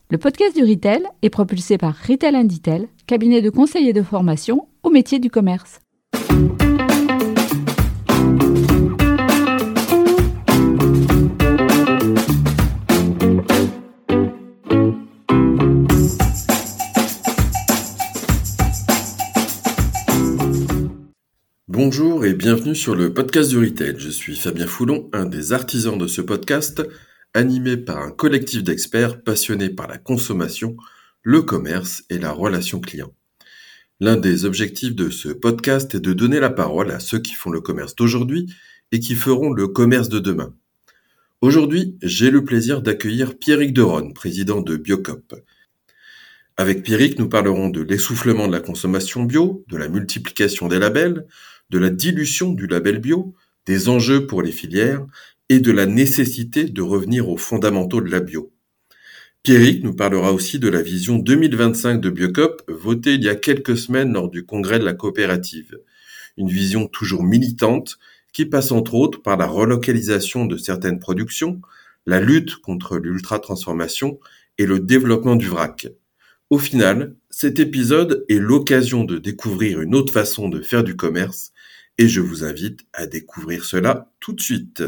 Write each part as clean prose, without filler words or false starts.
Le podcast du Retail est propulsé par Retail & Detail, cabinet de conseil et de formation au métier du commerce. Bonjour et bienvenue sur le podcast du Retail. Je suis Fabien Foulon, un des artisans de ce podcast, animé par un collectif d'experts passionnés par la consommation, le commerce et la relation client. L'un des objectifs de ce podcast est de donner la parole à ceux qui font le commerce d'aujourd'hui et qui feront le commerce de demain. Aujourd'hui, j'ai le plaisir d'accueillir Pierrick Deronne, président de Biocop. Avec Pierrick, nous parlerons de l'essoufflement de la consommation bio, de la multiplication des labels, de la dilution du label bio, des enjeux pour les filières et de la nécessité de revenir aux fondamentaux de la bio. Pierrick nous parlera aussi de la vision 2025 de Biocop, votée il y a quelques semaines lors du congrès de la coopérative. Une vision toujours militante qui passe entre autres par la relocalisation de certaines productions, la lutte contre l'ultra-transformation et le développement du vrac. Au final, cet épisode est l'occasion de découvrir une autre façon de faire du commerce et je vous invite à découvrir cela tout de suite.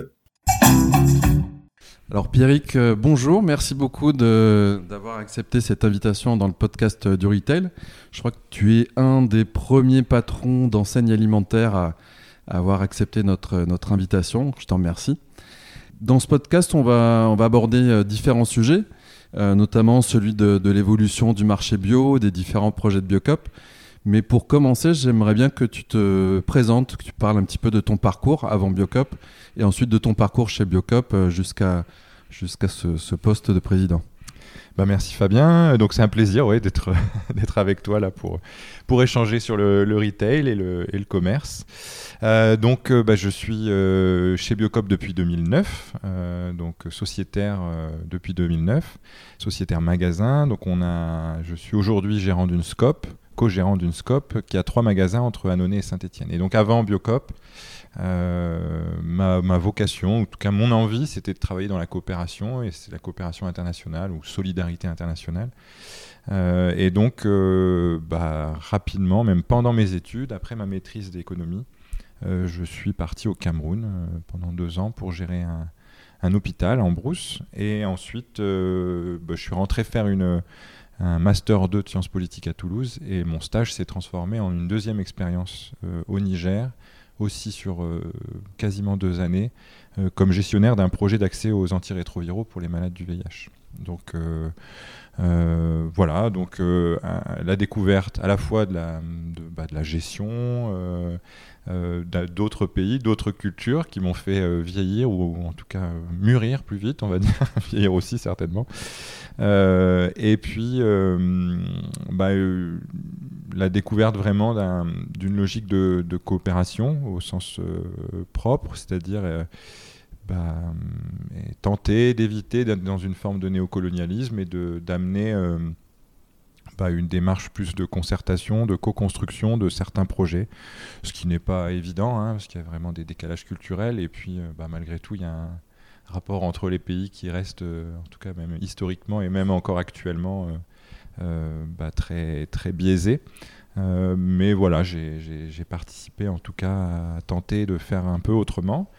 Alors Pierrick, bonjour, merci beaucoup d'avoir accepté cette invitation dans le podcast du Retail. Je crois que tu es un des premiers patrons d'enseignes alimentaires à avoir accepté notre invitation, je t'en remercie. Dans ce podcast, on va aborder différents sujets, notamment celui de l'évolution du marché bio, des différents projets de Biocop. Mais pour commencer, j'aimerais bien que tu te présentes, que tu parles un petit peu de ton parcours avant Biocop et ensuite de ton parcours chez Biocop jusqu'à ce poste de président. Merci Fabien, donc c'est un plaisir d'être avec toi là pour échanger sur le retail et le commerce. Je suis chez Biocop depuis 2009, donc sociétaire depuis 2009, sociétaire magasin. Donc je suis aujourd'hui gérant d'une SCOP, co-gérant d'une SCOP qui a 3 magasins entre Annonay et Saint-Étienne. Et donc avant Biocop, ma vocation, en tout cas mon envie, c'était de travailler dans la coopération, et c'est la coopération internationale ou solidarité internationale. Et donc, rapidement, même pendant mes études, après ma maîtrise d'économie, je suis parti au Cameroun pendant 2 ans pour gérer un hôpital en brousse. Et ensuite, je suis rentré faire un Master 2 de sciences politiques à Toulouse, et mon stage s'est transformé en une deuxième expérience au Niger, aussi sur quasiment 2 années, comme gestionnaire d'un projet d'accès aux antirétroviraux pour les malades du VIH. Donc la découverte à la fois de la gestion, d'autres pays, d'autres cultures qui m'ont fait vieillir, ou en tout cas mûrir plus vite, on va dire, vieillir aussi certainement. Et puis la découverte vraiment d'une logique de coopération au sens propre, c'est-à-dire tenter d'éviter d'être dans une forme de néocolonialisme et d'amener une démarche plus de concertation, de co-construction de certains projets, ce qui n'est pas évident, parce qu'il y a vraiment des décalages culturels, et puis malgré tout il y a un rapport entre les pays qui reste, en tout cas même historiquement et même encore actuellement, très, très biaisé. Mais voilà, j'ai participé en tout cas à tenter de faire un peu autrement.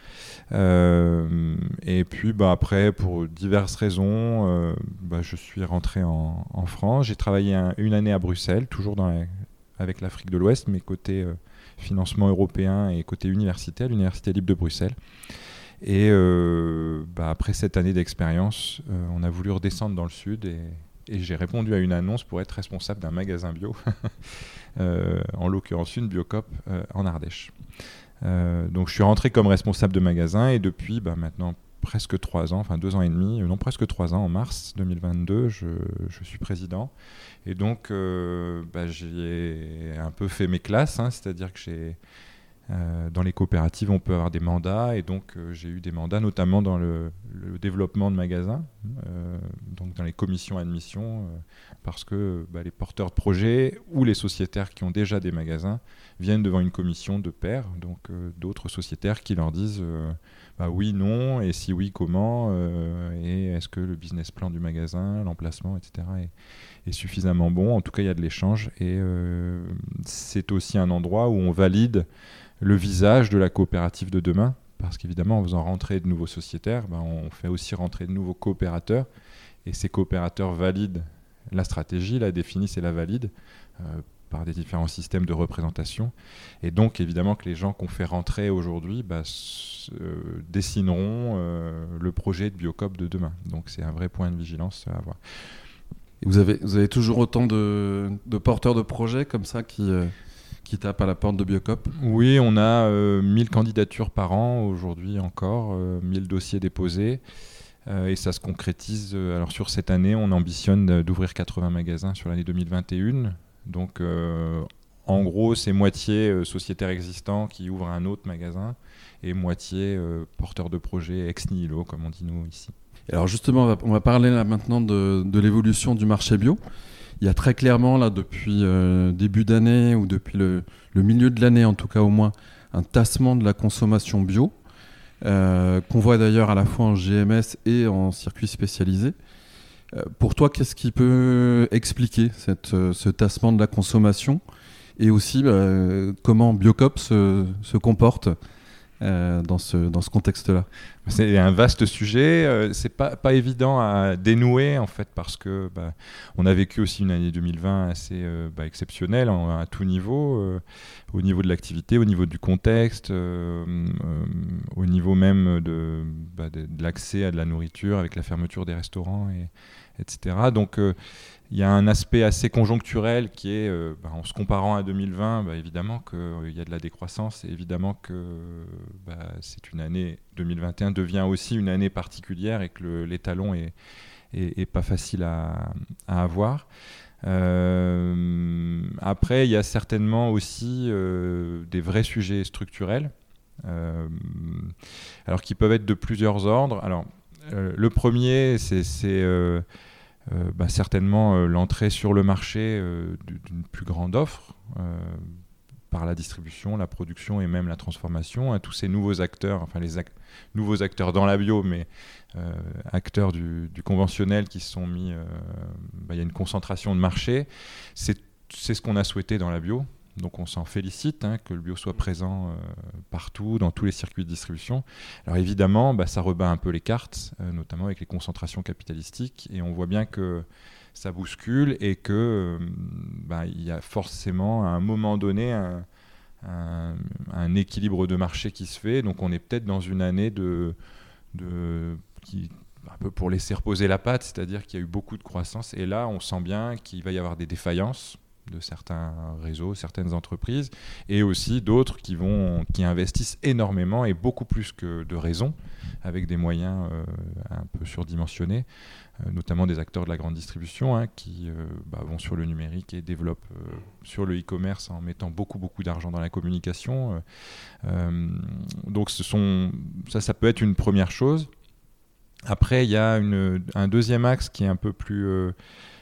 Et puis après, pour diverses raisons, je suis rentré en France. J'ai travaillé une année à Bruxelles, toujours avec l'Afrique de l'Ouest, mais côté financement européen et côté université, à l'Université libre de Bruxelles. Et après cette année d'expérience, on a voulu redescendre dans le sud, et j'ai répondu à une annonce pour être responsable d'un magasin bio, en l'occurrence une Biocop en Ardèche. Donc je suis rentré comme responsable de magasin, et depuis maintenant presque 3 ans, 2 ans et demi, presque 3 ans, en mars 2022, je suis président. Et donc j'ai un peu fait mes classes, c'est-à-dire que j'ai Dans les coopératives, on peut avoir des mandats, et donc j'ai eu des mandats notamment dans le développement de magasins, donc dans les commissions admission, parce que les porteurs de projets ou les sociétaires qui ont déjà des magasins viennent devant une commission de pairs, donc d'autres sociétaires qui leur disent oui, non, et si oui, comment, et est-ce que le business plan du magasin, l'emplacement, etc. est suffisamment bon. En tout cas, il y a de l'échange, et c'est aussi un endroit où on valide le visage de la coopérative de demain, parce qu'évidemment, en faisant rentrer de nouveaux sociétaires, on fait aussi rentrer de nouveaux coopérateurs, et ces coopérateurs valident la stratégie, la définissent et la valident par des différents systèmes de représentation. Et donc, évidemment, que les gens qu'on fait rentrer aujourd'hui dessineront le projet de Biocoop de demain. Donc, c'est un vrai point de vigilance à avoir. Et vous avez toujours autant de porteurs de projets comme ça qui tapent à la porte de Biocoop ? Oui, on a 1000 candidatures par an aujourd'hui encore, 1000 dossiers déposés. Et ça se concrétise. Alors sur cette année, on ambitionne d'ouvrir 80 magasins sur l'année 2021. Donc en gros, c'est moitié sociétaires existants qui ouvrent un autre magasin et moitié porteurs de projets ex nihilo, comme on dit nous ici. Alors justement, on va parler là maintenant de l'évolution du marché bio. Il y a très clairement, là, depuis début d'année ou depuis le milieu de l'année, en tout cas au moins, un tassement de la consommation bio, qu'on voit d'ailleurs à la fois en GMS et en circuit spécialisé. Pour toi, qu'est-ce qui peut expliquer ce tassement de la consommation, et aussi comment Biocoop se comporte dans ce contexte-là? C'est un vaste sujet, c'est pas évident à dénouer en fait, parce que on a vécu aussi une année 2020 assez exceptionnelle à tout niveau, au niveau de l'activité, au niveau du contexte, au niveau même de l'accès à de la nourriture avec la fermeture des restaurants, etc. Donc il y a un aspect assez conjoncturel qui est, en se comparant à 2020, évidemment qu'il y a de la décroissance, et évidemment que c'est une année 2021 devient aussi une année particulière, et que l'étalon est pas facile à avoir. Après, il y a certainement aussi des vrais sujets structurels, alors qui peuvent être de plusieurs ordres. Alors, le premier, c'est certainement l'entrée sur le marché d'une plus grande offre par la distribution, la production et même la transformation. Tous ces nouveaux acteurs, enfin nouveaux acteurs dans la bio, mais acteurs du conventionnel qui se sont mis... il y a une concentration de marché. C'est ce qu'on a souhaité dans la bio. Donc on s'en félicite, que le bio soit présent partout, dans tous les circuits de distribution. Alors évidemment, ça rebat un peu les cartes, notamment avec les concentrations capitalistiques, et on voit bien que ça bouscule, et que il y a forcément à un moment donné un équilibre de marché qui se fait. Donc on est peut-être dans une année qui un peu pour laisser reposer la patte, c'est-à-dire qu'il y a eu beaucoup de croissance, et là on sent bien qu'il va y avoir des défaillances de certains réseaux, certaines entreprises, et aussi d'autres qui investissent énormément, et beaucoup plus que de raison, avec des moyens un peu surdimensionnés, notamment des acteurs de la grande distribution qui vont sur le numérique et développent sur le e-commerce en mettant beaucoup d'argent dans la communication. Donc ça peut être une première chose. Après, il y a un deuxième axe qui est un peu plus...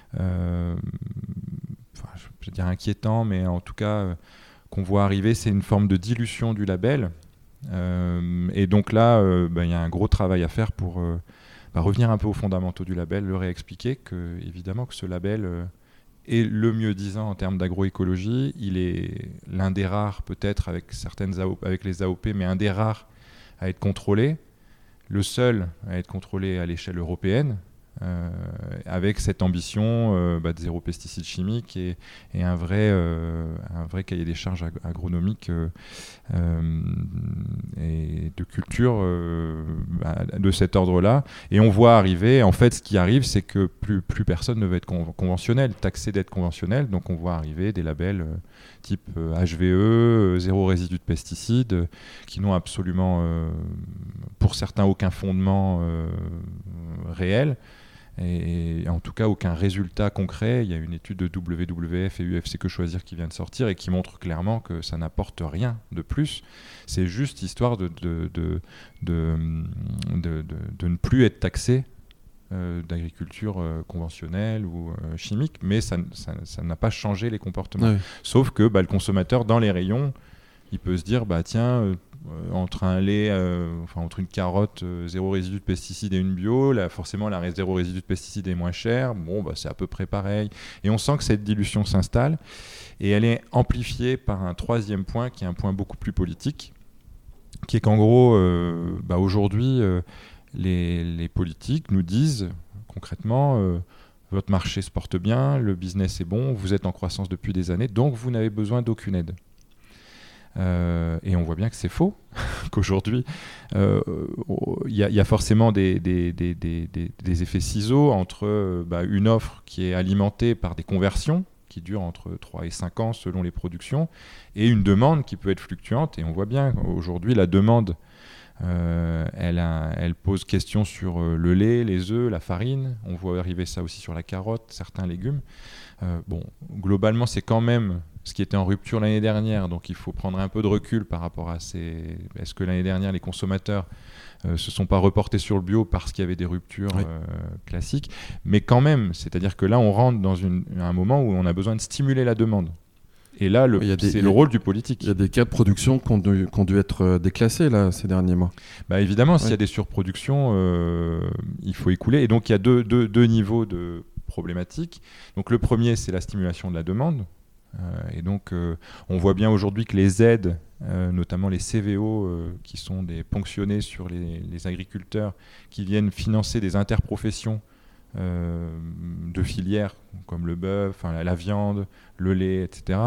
je vais dire inquiétant, mais en tout cas qu'on voit arriver, c'est une forme de dilution du label. Et donc là, il y a un gros travail à faire pour revenir un peu aux fondamentaux du label, le réexpliquer évidemment que ce label est le mieux disant en termes d'agroécologie. Il est l'un des rares, peut-être avec les AOP, mais un des rares à être contrôlé, le seul à être contrôlé à l'échelle européenne. Avec cette ambition de zéro pesticides chimiques et un vrai cahier des charges agronomiques et de culture de cet ordre-là. Et on voit arriver, en fait, ce qui arrive, c'est que plus personne ne veut être conventionnel, taxé d'être conventionnel. Donc on voit arriver des labels type HVE, zéro résidu de pesticides, qui n'ont absolument, pour certains, aucun fondement réel. et en tout cas aucun résultat concret. Il y a une étude de WWF et UFC Que Choisir qui vient de sortir et qui montre clairement que ça n'apporte rien de plus. C'est juste histoire de ne plus être taxé d'agriculture conventionnelle ou chimique, mais ça n'a pas changé les comportements. Oui. Sauf que le consommateur, dans les rayons, il peut se dire, tiens, entre un lait, entre une carotte, zéro résidu de pesticides et une bio, là, forcément, la zéro résidu de pesticides est moins chère. C'est à peu près pareil. Et on sent que cette dilution s'installe. Et elle est amplifiée par un troisième point, qui est un point beaucoup plus politique, qui est qu'en gros, aujourd'hui, les politiques nous disent concrètement votre marché se porte bien, le business est bon, vous êtes en croissance depuis des années, donc vous n'avez besoin d'aucune aide. Et on voit bien que c'est faux, qu'aujourd'hui il y a forcément des effets ciseaux entre une offre qui est alimentée par des conversions qui durent entre 3 et 5 ans selon les productions, et une demande qui peut être fluctuante. Et on voit bien aujourd'hui la demande elle pose question sur le lait, les œufs, la farine. On voit arriver ça aussi sur la carotte, certains légumes. Globalement, c'est quand même ce qui était en rupture l'année dernière, donc il faut prendre un peu de recul par rapport à est-ce que l'année dernière les consommateurs se sont pas reportés sur le bio parce qu'il y avait des ruptures classiques, mais quand même, c'est-à-dire que là on rentre dans un moment où on a besoin de stimuler la demande. Et là, c'est le rôle du politique. Il y a des cas de production qui ont dû être déclassés là, ces derniers mois. Évidemment, s'il y a des surproductions, il faut écouler. Et donc, il y a deux niveaux de problématiques. Donc, le premier, c'est la stimulation de la demande. Et donc, on voit bien aujourd'hui que les aides, notamment les CVO, qui sont ponctionnés sur les agriculteurs, qui viennent financer des interprofessions de filières comme le bœuf, la viande, le lait, etc.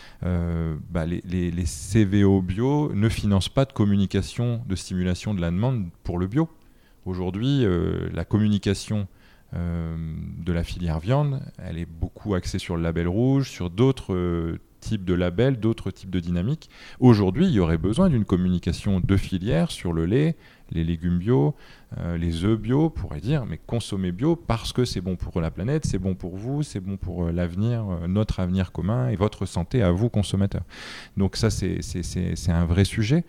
Les CVO bio ne financent pas de communication de stimulation de la demande pour le bio. Aujourd'hui, la communication de la filière viande, elle est beaucoup axée sur le label rouge, sur d'autres types de labels, d'autres types de dynamiques. Aujourd'hui, il y aurait besoin d'une communication de filière sur le lait, les légumes bio, les œufs bio, pourrait dire, mais consommer bio parce que c'est bon pour la planète, c'est bon pour vous, c'est bon pour l'avenir, notre avenir commun et votre santé à vous, consommateurs. Donc ça, c'est un vrai sujet.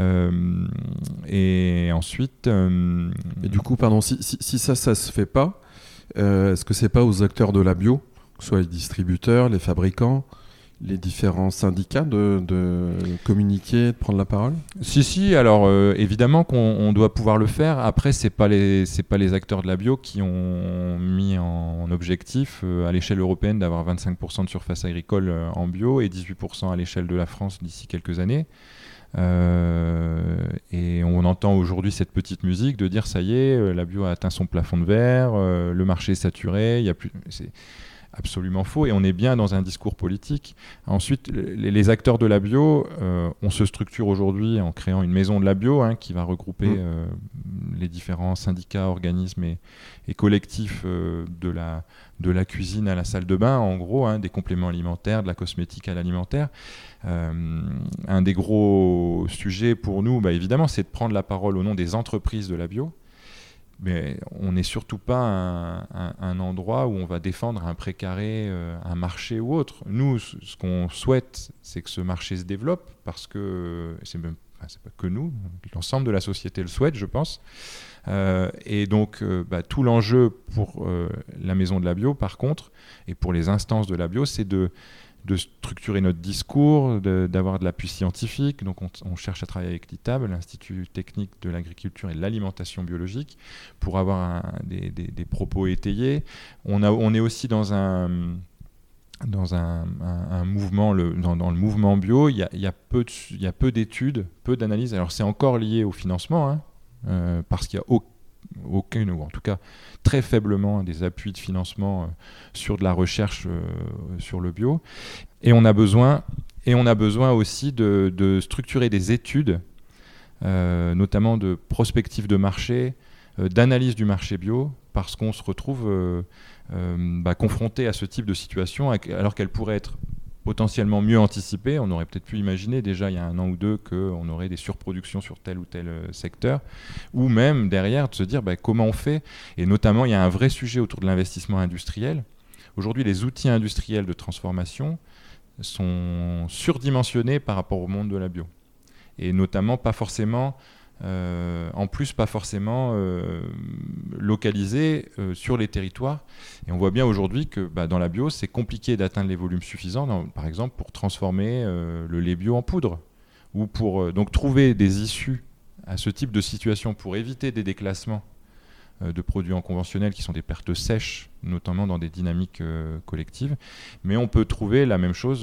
Et ensuite... Et du coup, pardon, si ça se fait pas, est-ce que c'est pas aux acteurs de la bio, que ce soit les distributeurs, les fabricants, les différents syndicats de communiquer, de prendre la parole ? Si, alors évidemment qu'on doit pouvoir le faire. Après, c'est pas les acteurs de la bio qui ont mis en objectif à l'échelle européenne d'avoir 25% de surface agricole en bio et 18% à l'échelle de la France d'ici quelques années. Et on entend aujourd'hui cette petite musique de dire ça y est, la bio a atteint son plafond de verre, le marché est saturé, il y a plus... C'est absolument faux, et on est bien dans un discours politique. Ensuite, les acteurs de la bio, on se structure aujourd'hui en créant une maison de la bio qui va regrouper les différents syndicats, organismes et collectifs de la cuisine à la salle de bain, en gros, des compléments alimentaires, de la cosmétique à l'alimentaire. Un des gros sujets pour nous, évidemment, c'est de prendre la parole au nom des entreprises de la bio. Mais on n'est surtout pas un endroit où on va défendre un précaré, un marché ou autre. Nous, ce qu'on souhaite, c'est que ce marché se développe, parce que c'est pas que nous, l'ensemble de la société le souhaite, je pense. Et donc, tout l'enjeu pour la maison de la bio, par contre, et pour les instances de la bio, c'est de structurer notre discours, d'avoir de l'appui scientifique. Donc on cherche à travailler avec l'ITAB, l'Institut technique de l'agriculture et de l'alimentation biologique, pour avoir des propos étayés. On est aussi dans un mouvement, dans le mouvement bio, il y a peu d'études, peu d'analyses. Alors c'est encore lié au financement, parce qu'il y a aucune, ou en tout cas très faiblement, des appuis de financement sur de la recherche sur le bio. Et on a besoin aussi de structurer des études, notamment de prospective de marché, d'analyse du marché bio, parce qu'on se retrouve confronté à ce type de situation, alors qu'elle pourrait être potentiellement mieux anticipé. On aurait peut-être pu imaginer déjà il y a 1 an ou 2 qu'on aurait des surproductions sur tel ou tel secteur, ou même derrière de se dire comment on fait. Et notamment, il y a un vrai sujet autour de l'investissement industriel. Aujourd'hui, les outils industriels de transformation sont surdimensionnés par rapport au monde de la bio. Et notamment pas forcément localisés sur les territoires. Et on voit bien aujourd'hui que dans la bio, c'est compliqué d'atteindre les volumes suffisants, par exemple pour transformer le lait bio en poudre, ou pour donc trouver des issues à ce type de situation pour éviter des déclassements de produits en conventionnel qui sont des pertes sèches, notamment dans des dynamiques collectives. Mais on peut trouver la même chose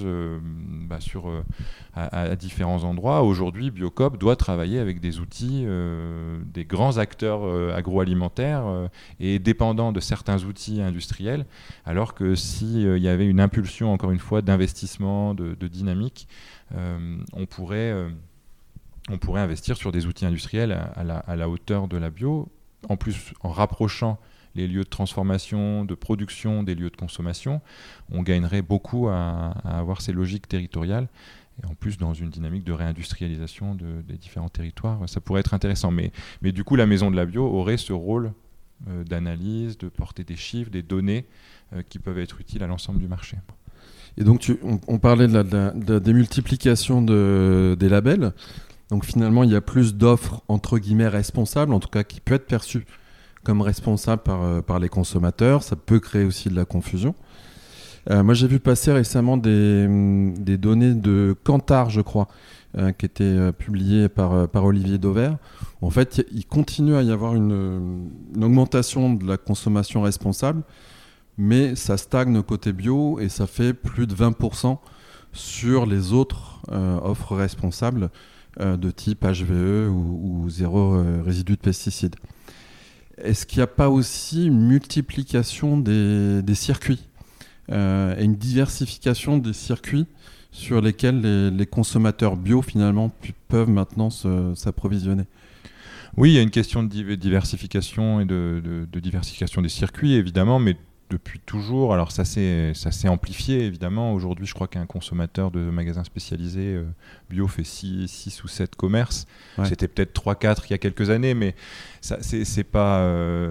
à différents endroits. Aujourd'hui, Biocoop doit travailler avec des outils, des grands acteurs agroalimentaires et dépendant de certains outils industriels, alors que s'il y avait une impulsion, encore une fois, d'investissement, de dynamique, on pourrait investir sur des outils industriels à la hauteur de la bio, en plus en rapprochant les lieux de transformation, de production des lieux de consommation. On gagnerait beaucoup à avoir ces logiques territoriales, et en plus dans une dynamique de réindustrialisation des différents territoires. Ça pourrait être intéressant, mais du coup la maison de la bio aurait ce rôle d'analyse, de porter des chiffres, des données qui peuvent être utiles à l'ensemble du marché. Et donc on parlait de la démultiplication des labels. Donc finalement, il y a plus d'offres entre guillemets responsables, en tout cas qui peut être perçue comme responsable par les consommateurs. Ça peut créer aussi de la confusion. Moi, j'ai vu passer récemment des données de Kantar, je crois, qui étaient publiées par Olivier Dauvert. En fait, il continue à y avoir une augmentation de la consommation responsable, mais ça stagne côté bio et ça fait plus de 20% sur les autres offres responsables de type HVE ou zéro résidu de pesticides. Est-ce qu'il n'y a pas aussi une multiplication des circuits et une diversification des circuits sur lesquels les consommateurs bio finalement peuvent maintenant s'approvisionner? Oui, il y a une question de diversification et de diversification des circuits évidemment, mais depuis toujours. Alors ça s'est amplifié évidemment. Aujourd'hui, je crois qu'un consommateur de magasins spécialisés bio fait 6 ou 7 commerces. Ouais. C'était peut-être 3-4 il y a quelques années, mais ça, c'est pas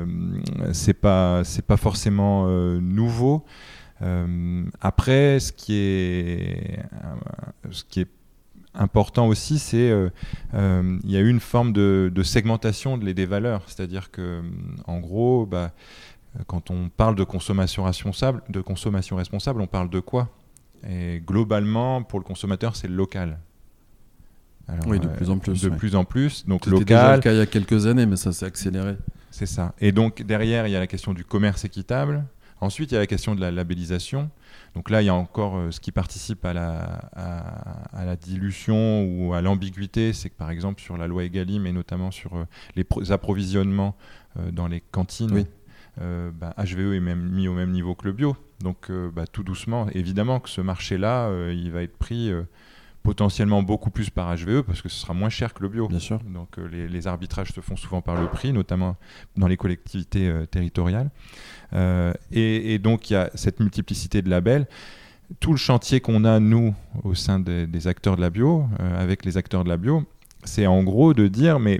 forcément nouveau. Après, ce qui est important aussi, c'est il y a eu une forme de segmentation des valeurs. C'est-à-dire que en gros, quand on parle de consommation responsable, on parle de quoi? Et globalement, pour le consommateur, c'est le local. Alors, oui, de plus en plus. De plus en plus. Donc, c'était local. Déjà le cas il y a quelques années, mais ça s'est accéléré. C'est ça. Et donc, derrière, il y a la question du commerce équitable. Ensuite, il y a la question de la labellisation. Donc là, il y a encore ce qui participe à la dilution ou à l'ambiguïté. C'est que, par exemple, sur la loi Egalim et notamment sur les approvisionnements dans les cantines, oui. HVE est même mis au même niveau que le bio. Donc tout doucement, évidemment que ce marché-là, il va être pris potentiellement beaucoup plus par HVE parce que ce sera moins cher que le bio. Bien sûr. Donc les arbitrages se font souvent par le prix, notamment dans les collectivités territoriales. Et donc il y a cette multiplicité de labels. Tout le chantier qu'on a, nous, au sein des acteurs de la bio, avec les acteurs de la bio, c'est en gros de dire, mais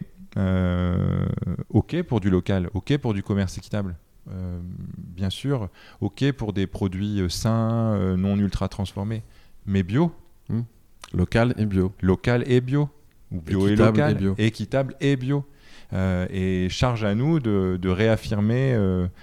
OK pour du local, OK pour du commerce équitable. Bien sûr, OK pour des produits sains, non ultra transformés, mais bio. Local et bio. Local et bio. Ou bio équitable et local. Et bio. Équitable et bio. Et charge à nous de réaffirmer,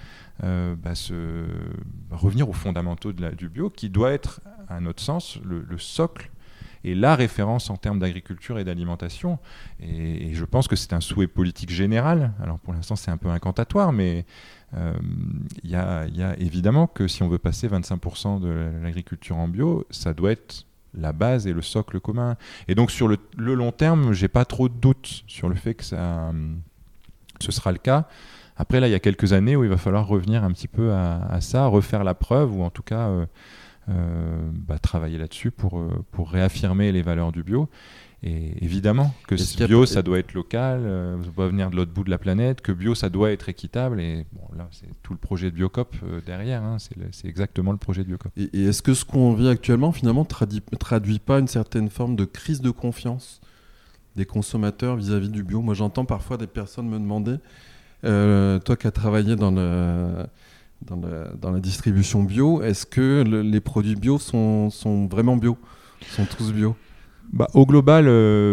revenir aux fondamentaux du bio, qui doit être, à notre sens, le socle et la référence en termes d'agriculture et d'alimentation. Et je pense que c'est un souhait politique général. Alors pour l'instant, c'est un peu incantatoire, mais il y a évidemment que si on veut passer 25% de l'agriculture en bio, ça doit être la base et le socle commun. Et donc sur le long terme, j'ai pas trop de doutes sur le fait que ce sera le cas. Après, là, il y a quelques années où il va falloir revenir un petit peu à ça, refaire la preuve, ou en tout cas travailler là-dessus pour réaffirmer les valeurs du bio. Et évidemment que bio, ça doit être local, ça doit venir de l'autre bout de la planète, que bio, ça doit être équitable. Et bon, là, c'est tout le projet de Biocop derrière. C'est exactement le projet de Biocop. Et est-ce que ce qu'on vit actuellement, finalement, traduit pas une certaine forme de crise de confiance des consommateurs vis-à-vis du bio ? Moi, j'entends parfois des personnes me demander, toi qui as travaillé dans la distribution bio, est-ce que les produits bio sont vraiment bio, sont tous bio ? Au global,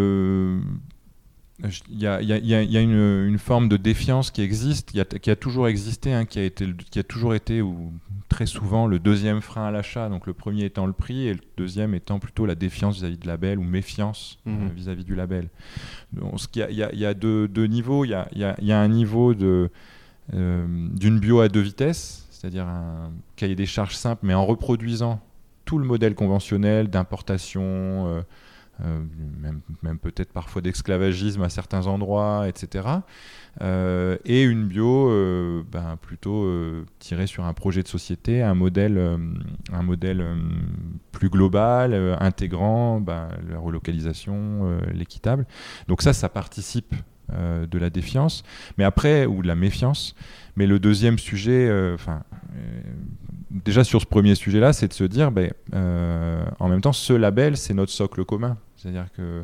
il y a une forme de défiance qui existe, qui a toujours existé, qui a toujours été, ou très souvent, le deuxième frein à l'achat. Donc le premier étant le prix et le deuxième étant plutôt la défiance vis-à-vis du label ou méfiance vis-à-vis du label. Donc, il y a deux niveaux. Il y a un niveau d'une bio à deux vitesses, c'est-à-dire un cahier des charges simple, mais en reproduisant tout le modèle conventionnel d'importation, même peut-être parfois d'esclavagisme à certains endroits, etc. Et une bio plutôt tirée sur un projet de société, un modèle plus global, intégrant la relocalisation, l'équitable. Donc ça participe de la défiance, mais après, ou de la méfiance. Mais le deuxième sujet, déjà sur ce premier sujet-là, c'est de se dire, en même temps, ce label, c'est notre socle commun. C'est-à-dire que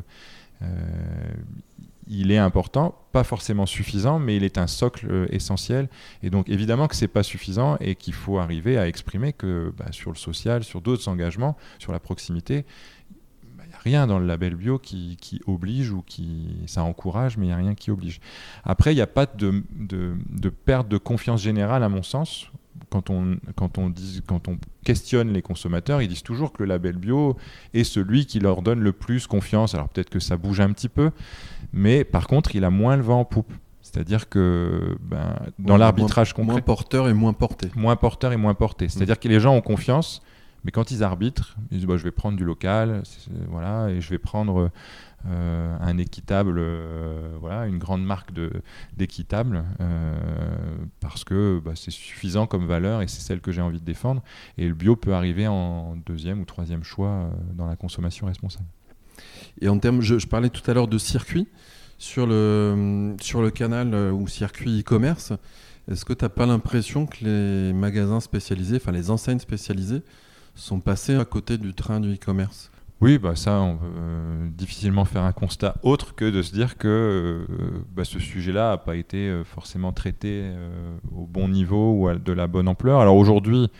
il est important, pas forcément suffisant, mais il est un socle essentiel. Et donc, évidemment que c'est pas suffisant et qu'il faut arriver à exprimer que sur le social, sur d'autres engagements, sur la proximité, il n'y a rien dans le label bio qui oblige ou ça encourage, mais il n'y a rien qui oblige. Après, il n'y a pas de perte de confiance générale, à mon sens. Quand on questionne les consommateurs, ils disent toujours que le label bio est celui qui leur donne le plus confiance. Alors peut-être que ça bouge un petit peu, mais par contre, il a moins le vent en poupe. C'est-à-dire que dans l'arbitrage concret... Moins porteur et moins porté. Moins porteur et moins porté. C'est-à-dire que les gens ont confiance, mais quand ils arbitrent, ils disent je vais prendre du local, et je vais prendre un équitable, une grande marque d'équitable, parce que c'est suffisant comme valeur et c'est celle que j'ai envie de défendre. Et le bio peut arriver en deuxième ou troisième choix dans la consommation responsable. Et en termes, je parlais tout à l'heure de circuit, sur le canal ou circuit e-commerce, est-ce que tu n'as pas l'impression que les magasins spécialisés, enfin les enseignes spécialisées, sont passés à côté du train du e-commerce ? Oui, ça, on peut difficilement faire un constat autre que de se dire que ce sujet-là n'a pas été forcément traité au bon niveau ou de la bonne ampleur. Alors aujourd'hui,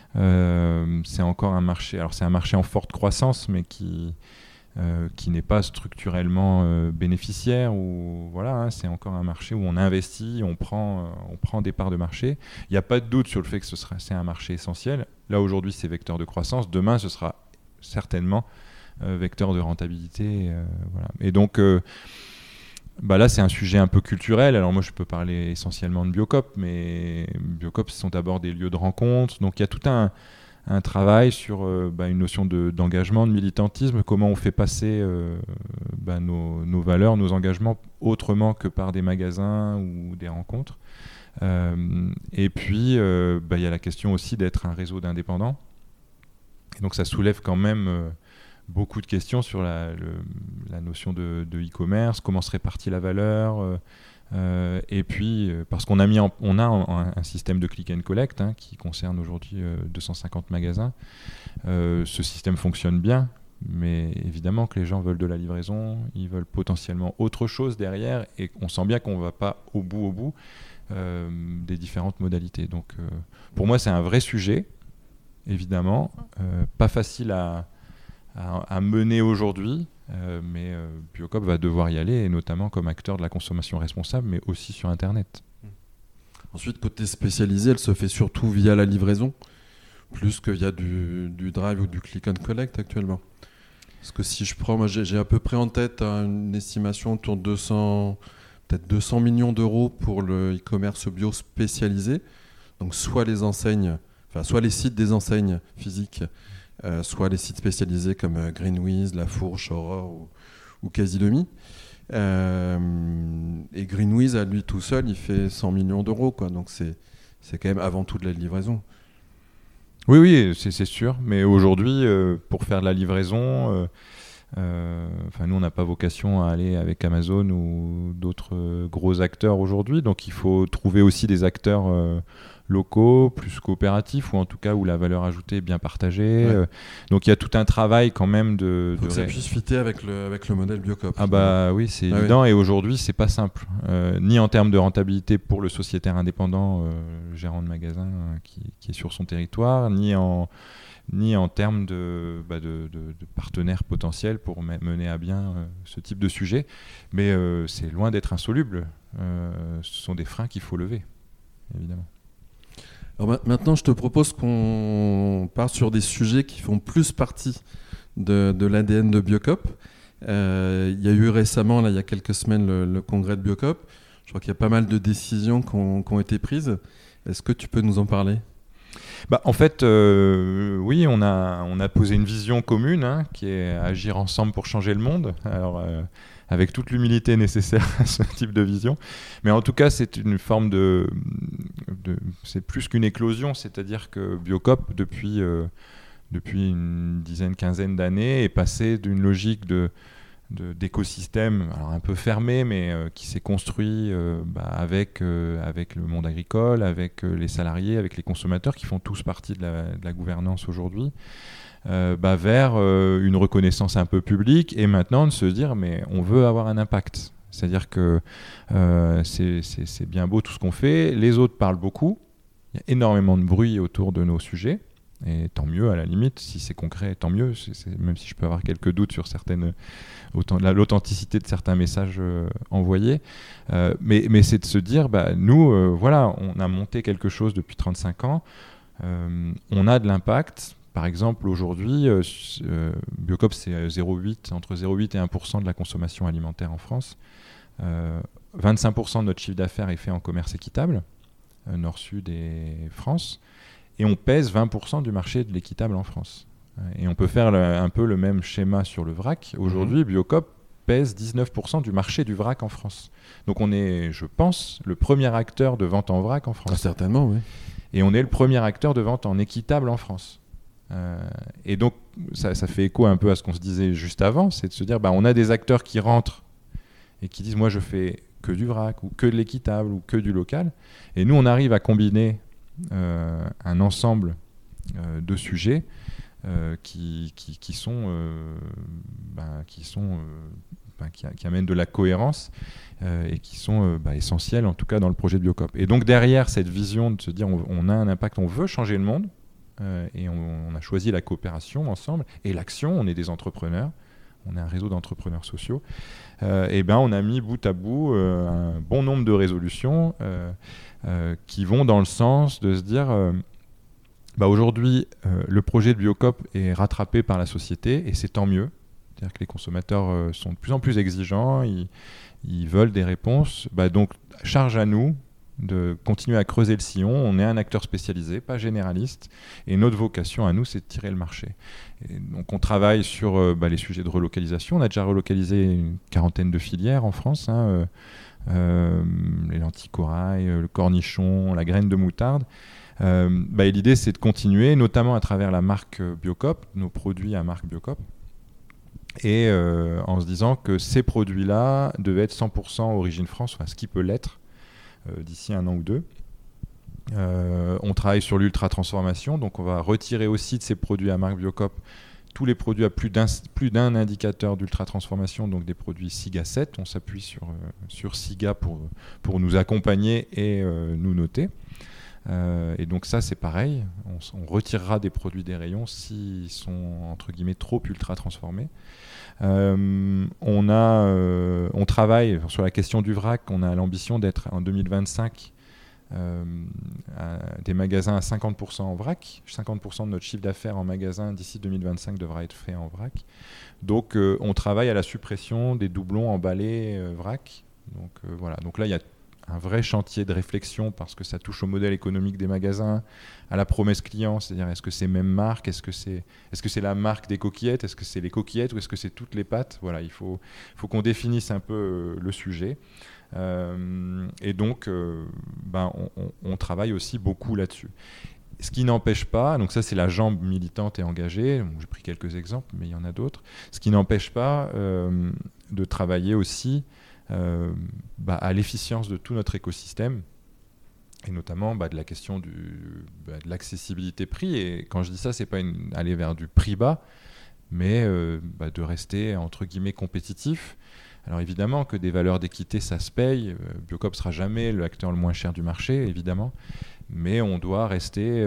c'est encore un marché. Alors c'est un marché en forte croissance, mais qui n'est pas structurellement bénéficiaire. C'est encore un marché où on investit, on prend des parts de marché. Il n'y a pas de doute sur le fait que c'est un marché essentiel. Là aujourd'hui, c'est vecteur de croissance. Demain, ce sera certainement vecteur de rentabilité. Et donc là, c'est un sujet un peu culturel. Alors moi, je peux parler essentiellement de Biocop, mais Biocop, ce sont d'abord des lieux de rencontre. Donc il y a tout un travail sur une notion d'engagement, de militantisme, comment on fait passer nos valeurs, nos engagements autrement que par des magasins ou des rencontres. Et puis, il y a la question aussi d'être un réseau d'indépendants. Et donc ça soulève quand même beaucoup de questions sur la notion de e-commerce, comment se répartit la valeur, et puis parce qu'on a un système de click and collect qui concerne aujourd'hui 250 magasins. Ce système fonctionne bien, mais évidemment que les gens veulent de la livraison, ils veulent potentiellement autre chose derrière, et on sent bien qu'on ne va pas au bout des différentes modalités. Donc pour moi, c'est un vrai sujet, évidemment, pas facile à mener aujourd'hui, mais Biocop va devoir y aller, et notamment comme acteur de la consommation responsable, mais aussi sur Internet. Ensuite, côté spécialisé, elle se fait surtout via la livraison, plus qu'il y a du drive ou du click and collect actuellement. Parce que si je prends, moi j'ai à peu près en tête une estimation autour de 200 millions d'euros pour le e-commerce bio spécialisé. Donc soit les sites des enseignes physiques, soit les sites spécialisés comme Greenwiz, La Fourche, Aurore ou Casilomi. Et Greenwiz, à lui tout seul, il fait 100 millions d'euros, quoi. Donc c'est quand même avant tout de la livraison. Oui, c'est sûr. Mais aujourd'hui, pour faire de la livraison, nous, on n'a pas vocation à aller avec Amazon ou d'autres gros acteurs aujourd'hui. Donc, il faut trouver aussi des acteurs locaux, plus coopératifs, ou en tout cas où la valeur ajoutée est bien partagée. Ouais. Donc, il y a tout un travail quand même de... Faut que ça puisse fitter avec le modèle Biocop. Ah bah oui, c'est évident. Oui. Et aujourd'hui, c'est pas simple. Ni en termes de rentabilité pour le sociétaire indépendant, gérant de magasin qui est sur son territoire, ni en termes de partenaires potentiels pour mener à bien ce type de sujet. Mais c'est loin d'être insoluble. Ce sont des freins qu'il faut lever, évidemment. Alors maintenant, je te propose qu'on parte sur des sujets qui font plus partie de l'ADN de Biocop. Il y a eu récemment, là, il y a quelques semaines, le congrès de Biocop. Je crois qu'il y a pas mal de décisions qui ont été prises. Est-ce que tu peux nous en parler ? En fait, oui, on a posé une vision commune qui est agir ensemble pour changer le monde. Alors, avec toute l'humilité nécessaire à ce type de vision. Mais en tout cas, c'est une forme c'est plus qu'une éclosion, c'est-à-dire que Biocop, depuis une quinzaine d'années, est passé d'une logique d'écosystème, alors un peu fermé, mais qui s'est construit avec le monde agricole, avec les salariés, avec les consommateurs, qui font tous partie de la gouvernance aujourd'hui. Vers une reconnaissance un peu publique et maintenant de se dire mais on veut avoir un impact. C'est-à-dire que c'est bien beau tout ce qu'on fait, les autres parlent beaucoup, il y a énormément de bruit autour de nos sujets et tant mieux à la limite, si c'est concret tant mieux, même si je peux avoir quelques doutes sur l'authenticité de certains messages envoyés, mais c'est de se dire nous voilà, on a monté quelque chose depuis 35 ans, on a de l'impact. Par exemple, aujourd'hui, Biocop, c'est entre 0,8 et 1% de la consommation alimentaire en France. 25% de notre chiffre d'affaires est fait en commerce équitable, Nord-Sud et France. Et on pèse 20% du marché de l'équitable en France. Et on peut faire un peu le même schéma sur le vrac. Aujourd'hui, Biocop pèse 19% du marché du vrac en France. Donc on est, je pense, le premier acteur de vente en vrac en France. Ah, certainement, oui. Et on est le premier acteur de vente en équitable en France. Et donc, ça fait écho un peu à ce qu'on se disait juste avant, c'est de se dire, on a des acteurs qui rentrent et qui disent, moi je fais que du vrac, ou que de l'équitable, ou que du local. Et nous, on arrive à combiner un ensemble de sujets qui amènent de la cohérence et qui sont essentiels, en tout cas dans le projet de Biocop. Et donc derrière cette vision de se dire, on a un impact, on veut changer le monde, et on a choisi la coopération ensemble et l'action. On est des entrepreneurs, on est un réseau d'entrepreneurs sociaux. On a mis bout à bout un bon nombre de résolutions qui vont dans le sens de se dire aujourd'hui, le projet de Biocop est rattrapé par la société et c'est tant mieux. C'est-à-dire que les consommateurs sont de plus en plus exigeants, ils veulent des réponses. Donc, charge à nous de continuer à creuser le sillon. On est un acteur spécialisé, pas généraliste, et notre vocation à nous, c'est de tirer le marché. Et donc on travaille sur les sujets de relocalisation. On a déjà relocalisé une quarantaine de filières en France, les lentilles corail, le cornichon, la graine de moutarde. Et l'idée, c'est de continuer, notamment à travers la marque Biocop, nos produits à marque Biocop, et en se disant que ces produits-là devaient être 100% origine France, ce qui peut l'être, d'ici 1 an ou 2. On travaille sur l'ultra-transformation, donc on va retirer aussi de ces produits à marque Biocop tous les produits à plus d'un indicateur d'ultra-transformation, donc des produits SIGA 7. On s'appuie sur SIGA pour nous accompagner et nous noter. Et donc ça, c'est pareil, on retirera des produits des rayons s'ils sont entre guillemets trop ultra-transformés. On travaille sur la question du vrac. On a l'ambition d'être en 2025 des magasins à 50% en vrac. 50% de notre chiffre d'affaires en magasin d'ici 2025 devra être fait en vrac. Donc on travaille à la suppression des doublons emballés vrac. Donc voilà. Donc là, il y a un vrai chantier de réflexion parce que ça touche au modèle économique des magasins, à la promesse client, c'est-à-dire est-ce que c'est même marque, est-ce que c'est la marque des coquillettes, est-ce que c'est les coquillettes ou est-ce que c'est toutes les pâtes. Voilà, il faut qu'on définisse un peu le sujet. Et donc, on travaille aussi beaucoup là-dessus. Ce qui n'empêche pas, donc ça c'est la jambe militante et engagée, donc j'ai pris quelques exemples, mais il y en a d'autres, ce qui n'empêche pas de travailler aussi à l'efficience de tout notre écosystème, et notamment de la question de l'accessibilité prix. Et quand je dis ça, c'est pas aller vers du prix bas, mais de rester entre guillemets compétitif. Alors évidemment que des valeurs d'équité, ça se paye. Biocop sera jamais l'acteur le moins cher du marché, évidemment, mais on doit rester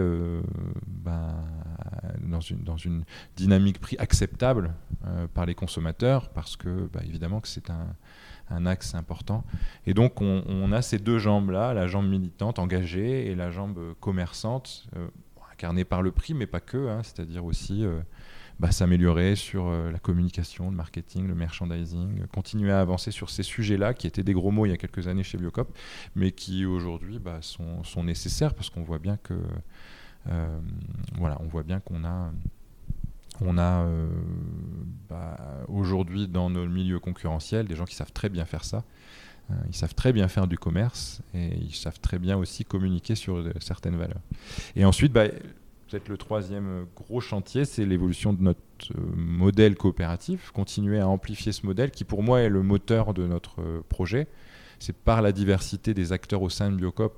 dans une dynamique prix acceptable par les consommateurs, parce que évidemment que c'est un axe important. Et donc on a ces deux jambes-là, la jambe militante, engagée, et la jambe commerçante, incarnée par le prix, mais pas que, c'est-à-dire aussi s'améliorer sur la communication, le marketing, le merchandising, continuer à avancer sur ces sujets-là, qui étaient des gros mots il y a quelques années chez Biocop, mais qui aujourd'hui sont nécessaires, parce qu'on voit bien que on voit bien qu'on a aujourd'hui dans nos milieux concurrentiels des gens qui savent très bien faire ça. Ils savent très bien faire du commerce, et ils savent très bien aussi communiquer sur certaines valeurs. Et ensuite, peut-être le troisième gros chantier, c'est l'évolution de notre modèle coopératif, continuer à amplifier ce modèle qui pour moi est le moteur de notre projet. C'est par la diversité des acteurs au sein de Biocop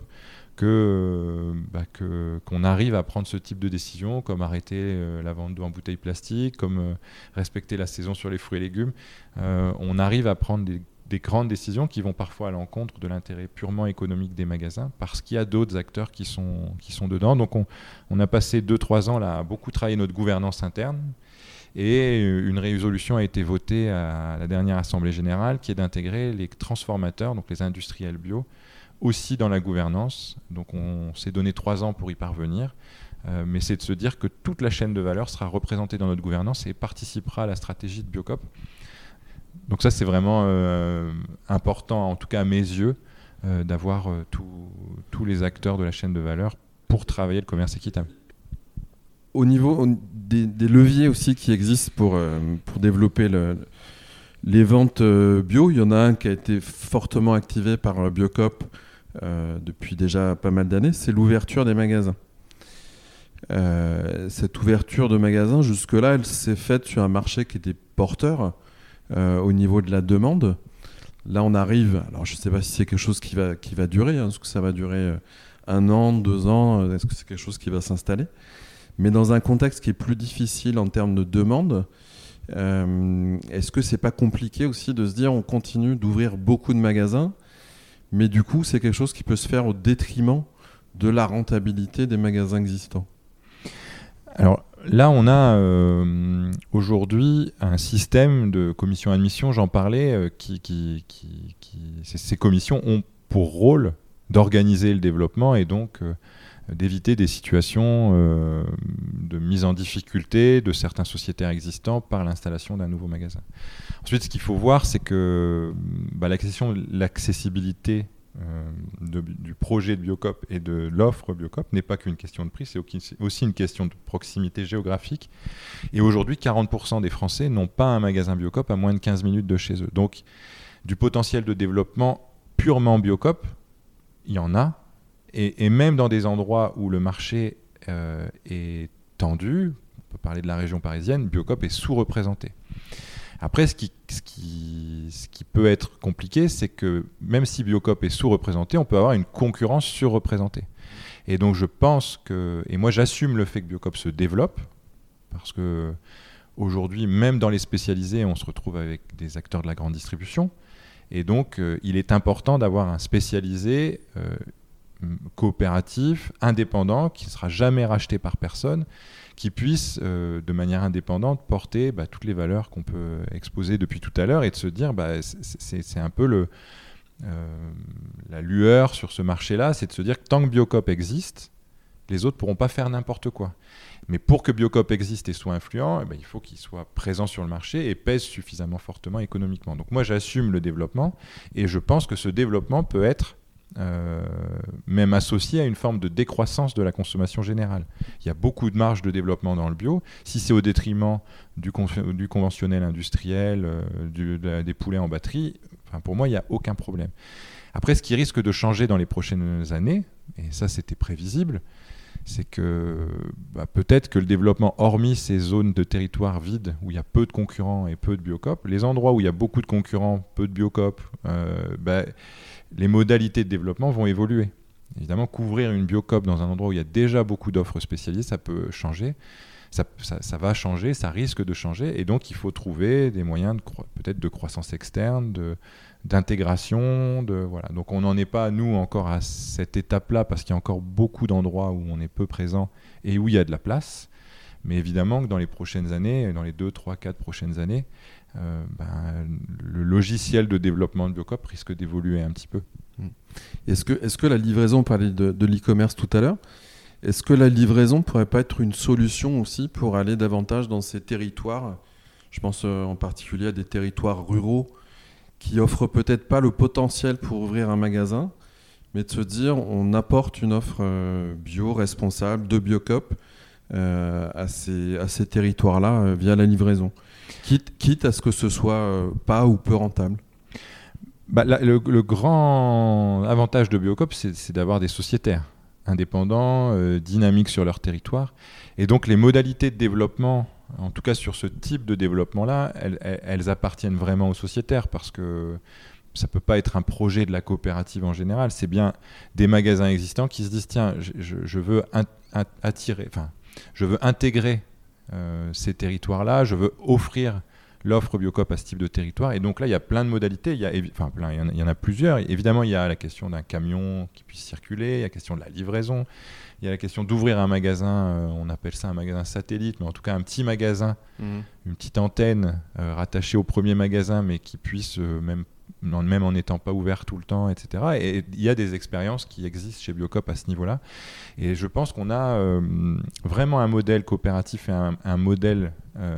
qu'on arrive à prendre ce type de décision, comme arrêter la vente d'eau en bouteille plastique, comme respecter la saison sur les fruits et légumes. On arrive à prendre des grandes décisions qui vont parfois à l'encontre de l'intérêt purement économique des magasins, parce qu'il y a d'autres acteurs qui sont dedans. Donc on a passé 2-3 ans là, à beaucoup travailler notre gouvernance interne, et une résolution a été votée à la dernière Assemblée Générale, qui est d'intégrer les transformateurs, donc les industriels bio, aussi dans la gouvernance. Donc on s'est donné 3 ans pour y parvenir, mais c'est de se dire que toute la chaîne de valeur sera représentée dans notre gouvernance et participera à la stratégie de Biocop. Donc ça, c'est vraiment important, en tout cas à mes yeux, d'avoir tous les acteurs de la chaîne de valeur pour travailler le commerce équitable. Au niveau des leviers aussi qui existent pour développer les ventes bio, il y en a un qui a été fortement activé par Biocop depuis déjà pas mal d'années, c'est l'ouverture des magasins. Cette ouverture de magasins, jusque-là, elle s'est faite sur un marché qui était porteur au niveau de la demande. Là, on arrive, alors je ne sais pas si c'est quelque chose qui va durer, est-ce que ça va durer 1 an, 2 ans, est-ce que c'est quelque chose qui va s'installer ? Mais dans un contexte qui est plus difficile en termes de demande, est-ce que c'est pas compliqué aussi de se dire on continue d'ouvrir beaucoup de magasins, mais du coup c'est quelque chose qui peut se faire au détriment de la rentabilité des magasins existants ? Alors là, on a aujourd'hui un système de commission admission, j'en parlais, ces commissions ont pour rôle d'organiser le développement et donc d'éviter des situations de mise en difficulté de certains sociétaires existants par l'installation d'un nouveau magasin. Ensuite, ce qu'il faut voir, c'est que la question de l'accessibilité du projet de Biocop et de l'offre Biocop n'est pas qu'une question de prix, c'est aussi une question de proximité géographique. Et aujourd'hui, 40% des Français n'ont pas un magasin Biocop à moins de 15 minutes de chez eux. Donc, du potentiel de développement purement Biocop, il y en a. Et même dans des endroits où le marché est tendu, on peut parler de la région parisienne, Biocop est sous-représenté. Après, ce qui peut être compliqué, c'est que même si Biocop est sous-représenté, on peut avoir une concurrence surreprésentée. Et donc je pense que, et moi j'assume le fait que Biocop se développe, parce que aujourd'hui, même dans les spécialisés, on se retrouve avec des acteurs de la grande distribution. Et donc il est important d'avoir un spécialisé coopératif, indépendant, qui ne sera jamais racheté par personne, qui puisse de manière indépendante porter toutes les valeurs qu'on peut exposer depuis tout à l'heure, et de se dire c'est un peu la lueur sur ce marché-là, c'est de se dire que tant que Biocop existe, les autres ne pourront pas faire n'importe quoi. Mais pour que Biocop existe et soit influent, il faut qu'il soit présent sur le marché et pèse suffisamment fortement économiquement. Donc moi j'assume le développement, et je pense que ce développement peut être même associé à une forme de décroissance de la consommation générale. Il y a beaucoup de marge de développement dans le bio. Si c'est au détriment du conventionnel industriel, des poulets en batterie, pour moi, il n'y a aucun problème. Après, ce qui risque de changer dans les prochaines années, et ça c'était prévisible, c'est que peut-être que le développement, hormis ces zones de territoire vides où il y a peu de concurrents et peu de biocoop, les endroits où il y a beaucoup de concurrents, peu de biocoop, les modalités de développement vont évoluer. Évidemment, couvrir une biocoop dans un endroit où il y a déjà beaucoup d'offres spécialisées, ça peut changer. Ça va changer, ça risque de changer, et donc il faut trouver des moyens peut-être de croissance externe, d'intégration, voilà. Donc on n'en est pas, nous, encore à cette étape-là, parce qu'il y a encore beaucoup d'endroits où on est peu présent et où il y a de la place. Mais évidemment que dans les prochaines années, dans les 2, 3, 4 prochaines années, le logiciel de développement de biocoop risque d'évoluer un petit peu. Est-ce que la livraison, on parlait de l'e-commerce tout à l'heure, est-ce que la livraison pourrait pas être une solution aussi pour aller davantage dans ces territoires ? Je pense en particulier à des territoires ruraux qui offrent peut-être pas le potentiel pour ouvrir un magasin, mais de se dire on apporte une offre bio, responsable, de biocoop à ces territoires-là via la livraison, quitte à ce que ce soit pas ou peu rentable. Le grand avantage de biocoop, c'est d'avoir des sociétaires indépendants, dynamiques sur leur territoire. Et donc les modalités de développement, en tout cas sur ce type de développement-là, elles appartiennent vraiment aux sociétaires, parce que ça ne peut pas être un projet de la coopérative en général. C'est bien des magasins existants qui se disent tiens, je veux intégrer ces territoires-là, je veux offrir l'offre biocoop à ce type de territoire. Et donc là, il y a plein de modalités. Il y en a plusieurs. Évidemment, il y a la question d'un camion qui puisse circuler, il y a la question de la livraison, il y a la question d'ouvrir un magasin, on appelle ça un magasin satellite, mais en tout cas un petit magasin, une petite antenne rattachée au premier magasin, mais qui puisse, même en n'étant pas ouvert tout le temps, etc. Et il y a des expériences qui existent chez Biocoop à ce niveau-là. Et je pense qu'on a vraiment un modèle coopératif et un modèle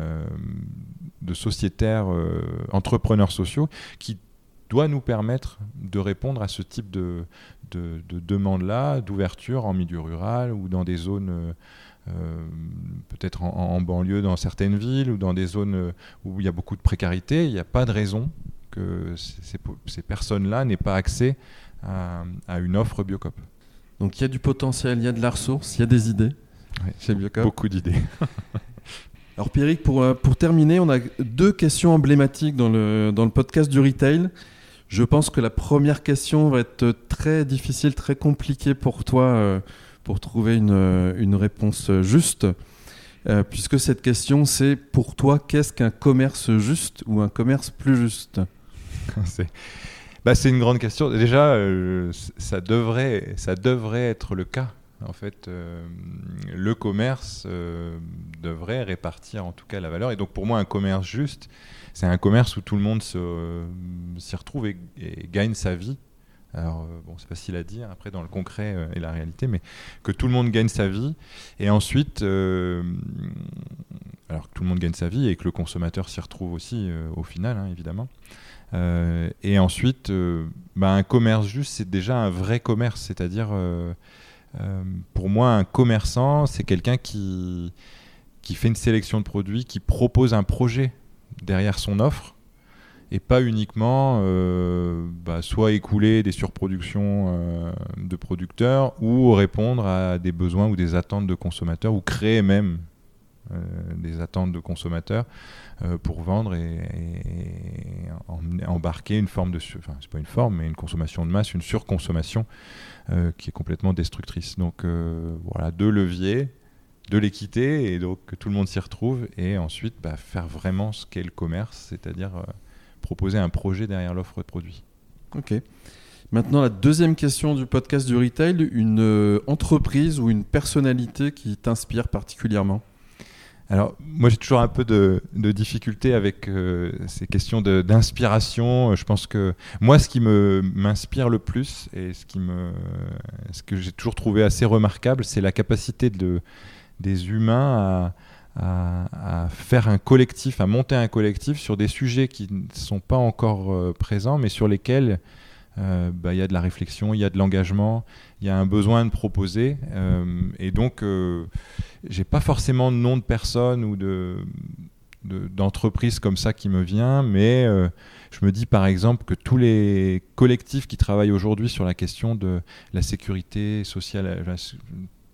de sociétaires, entrepreneurs sociaux, qui doit nous permettre de répondre à ce type de demande-là, d'ouverture en milieu rural ou dans des zones peut-être en banlieue, dans certaines villes, ou dans des zones où il y a beaucoup de précarité. Il n'y a pas de raison que ces personnes-là n'aient pas accès à une offre Biocoop. Donc il y a du potentiel, il y a de la ressource, il y a des idées chez Biocoop. Beaucoup d'idées. Alors Pierrick, pour terminer, on a 2 questions emblématiques dans le podcast du retail. Je pense que la première question va être très difficile, très compliquée pour toi pour trouver une réponse juste. Puisque cette question, c'est pour toi, qu'est-ce qu'un commerce juste ou un commerce plus juste ? C'est une grande question. Déjà, ça devrait être le cas. En fait, le commerce devrait répartir en tout cas la valeur. Et donc pour moi, un commerce juste, c'est un commerce où tout le monde s'y retrouve et gagne sa vie. Alors, c'est facile à dire après dans le concret et la réalité, mais que tout le monde gagne sa vie. Et ensuite, alors que tout le monde gagne sa vie et que le consommateur s'y retrouve aussi au final, évidemment. Et ensuite, un commerce juste, c'est déjà un vrai commerce. C'est-à-dire, pour moi, un commerçant, c'est quelqu'un qui fait une sélection de produits, qui propose un projet derrière son offre, et pas uniquement soit écouler des surproductions de producteurs ou répondre à des besoins ou des attentes de consommateurs, ou créer même des attentes de consommateurs pour vendre et embarquer une forme de... c'est pas une forme, mais une consommation de masse, une surconsommation qui est complètement destructrice. Donc voilà, 2 leviers, de l'équité, et donc que tout le monde s'y retrouve, et ensuite faire vraiment ce qu'est le commerce, c'est-à-dire proposer un projet derrière l'offre de produits. Ok. Maintenant, la deuxième question du podcast du retail, une entreprise ou une personnalité qui t'inspire particulièrement ? Alors, moi, j'ai toujours un peu de difficulté avec ces questions d'inspiration. Je pense que moi, ce qui m'inspire le plus et ce que j'ai toujours trouvé assez remarquable, c'est la capacité des humains à faire un collectif, à monter un collectif sur des sujets qui ne sont pas encore présents, mais sur lesquels il y a de la réflexion, il y a de l'engagement, il y a un besoin de proposer. Et donc, j'ai pas forcément de nom de personne ou d'entreprise comme ça qui me vient, mais je me dis par exemple que tous les collectifs qui travaillent aujourd'hui sur la question de la sécurité sociale,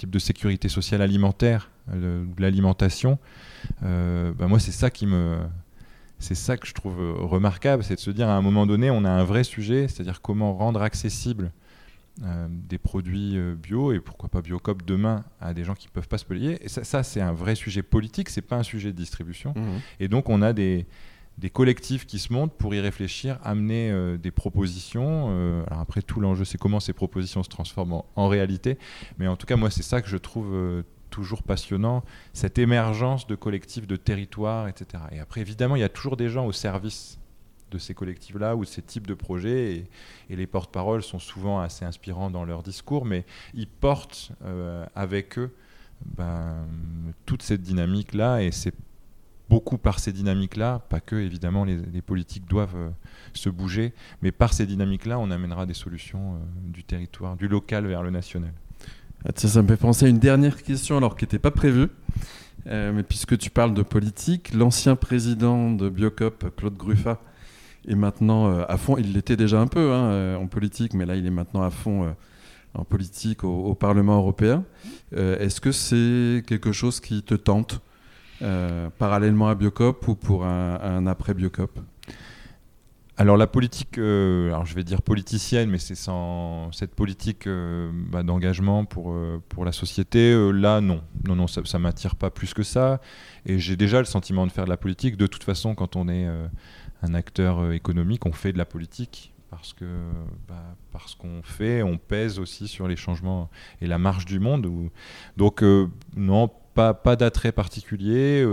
type de sécurité sociale alimentaire, de l'alimentation, moi c'est ça que je trouve remarquable, c'est de se dire à un moment donné on a un vrai sujet, c'est-à-dire comment rendre accessible des produits bio et pourquoi pas Biocop demain à des gens qui ne peuvent pas se payer. Et ça c'est un vrai sujet politique, c'est pas un sujet de distribution. Et donc on a des collectifs qui se montent pour y réfléchir, amener des propositions. Alors après, tout l'enjeu, c'est comment ces propositions se transforment en réalité. Mais en tout cas, moi, c'est ça que je trouve toujours passionnant, cette émergence de collectifs, de territoires, etc. Et après, évidemment, il y a toujours des gens au service de ces collectifs-là ou de ces types de projets. Et les porte-paroles sont souvent assez inspirants dans leur discours, mais ils portent avec eux toute cette dynamique-là. Et c'est beaucoup par ces dynamiques-là, pas que évidemment les politiques doivent se bouger, mais par ces dynamiques-là, on amènera des solutions du territoire, du local vers le national. Tiens, ça me fait penser à une dernière question, alors qui n'était pas prévue, mais puisque tu parles de politique, l'ancien président de Biocop, Claude Gruffat, est maintenant à fond. Il l'était déjà un peu en politique, mais là, il est maintenant à fond en politique au Parlement européen. Est-ce que c'est quelque chose qui te tente parallèlement à Biocop ou pour un après Biocop? Alors la politique, alors je vais dire politicienne, mais c'est sans cette politique d'engagement pour la société, là non, ça m'attire pas plus que ça. Et j'ai déjà le sentiment de faire de la politique. De toute façon, quand on est un acteur économique, on fait de la politique. Parce qu'on fait, on pèse aussi sur les changements et la marche du monde. Donc non, pas d'attrait particulier.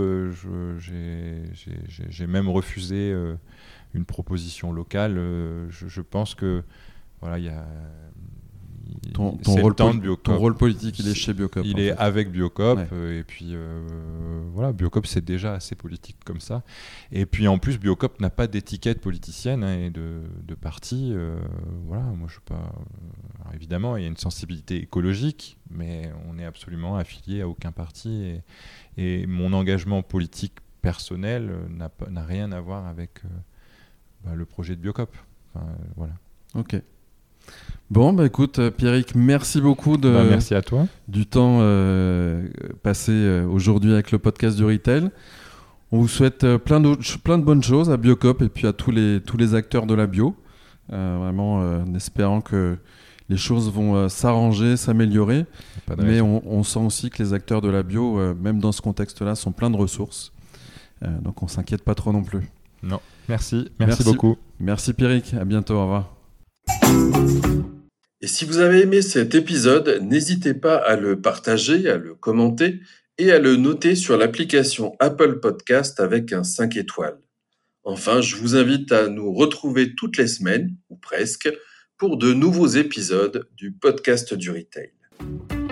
J'ai même refusé une proposition locale. Je pense que voilà, il y a ton rôle politique, il est chez Biocop. Il est avec Biocop, et puis voilà, Biocop c'est déjà assez politique comme ça. Et puis en plus, Biocop n'a pas d'étiquette politicienne et de parti. Voilà, moi je sais pas. Alors, évidemment, il y a une sensibilité écologique, mais on n'est absolument affilié à aucun parti. Et mon engagement politique personnel n'a rien à voir avec le projet de Biocop. Voilà. Ok. Bon, écoute, Pierrick, merci beaucoup merci à toi. Du temps passé aujourd'hui avec le podcast du Retail. On vous souhaite plein de bonnes choses à Biocop et puis à tous les acteurs de la bio. Vraiment, en espérant que les choses vont s'arranger, s'améliorer. Mais on sent aussi que les acteurs de la bio, même dans ce contexte-là, sont pleins de ressources. Donc on ne s'inquiète pas trop non plus. Non, merci beaucoup. Merci Pierrick, à bientôt, au revoir. Et si vous avez aimé cet épisode, n'hésitez pas à le partager, à le commenter et à le noter sur l'application Apple Podcast avec un 5 étoiles. Enfin, je vous invite à nous retrouver toutes les semaines, ou presque, pour de nouveaux épisodes du podcast du Retail.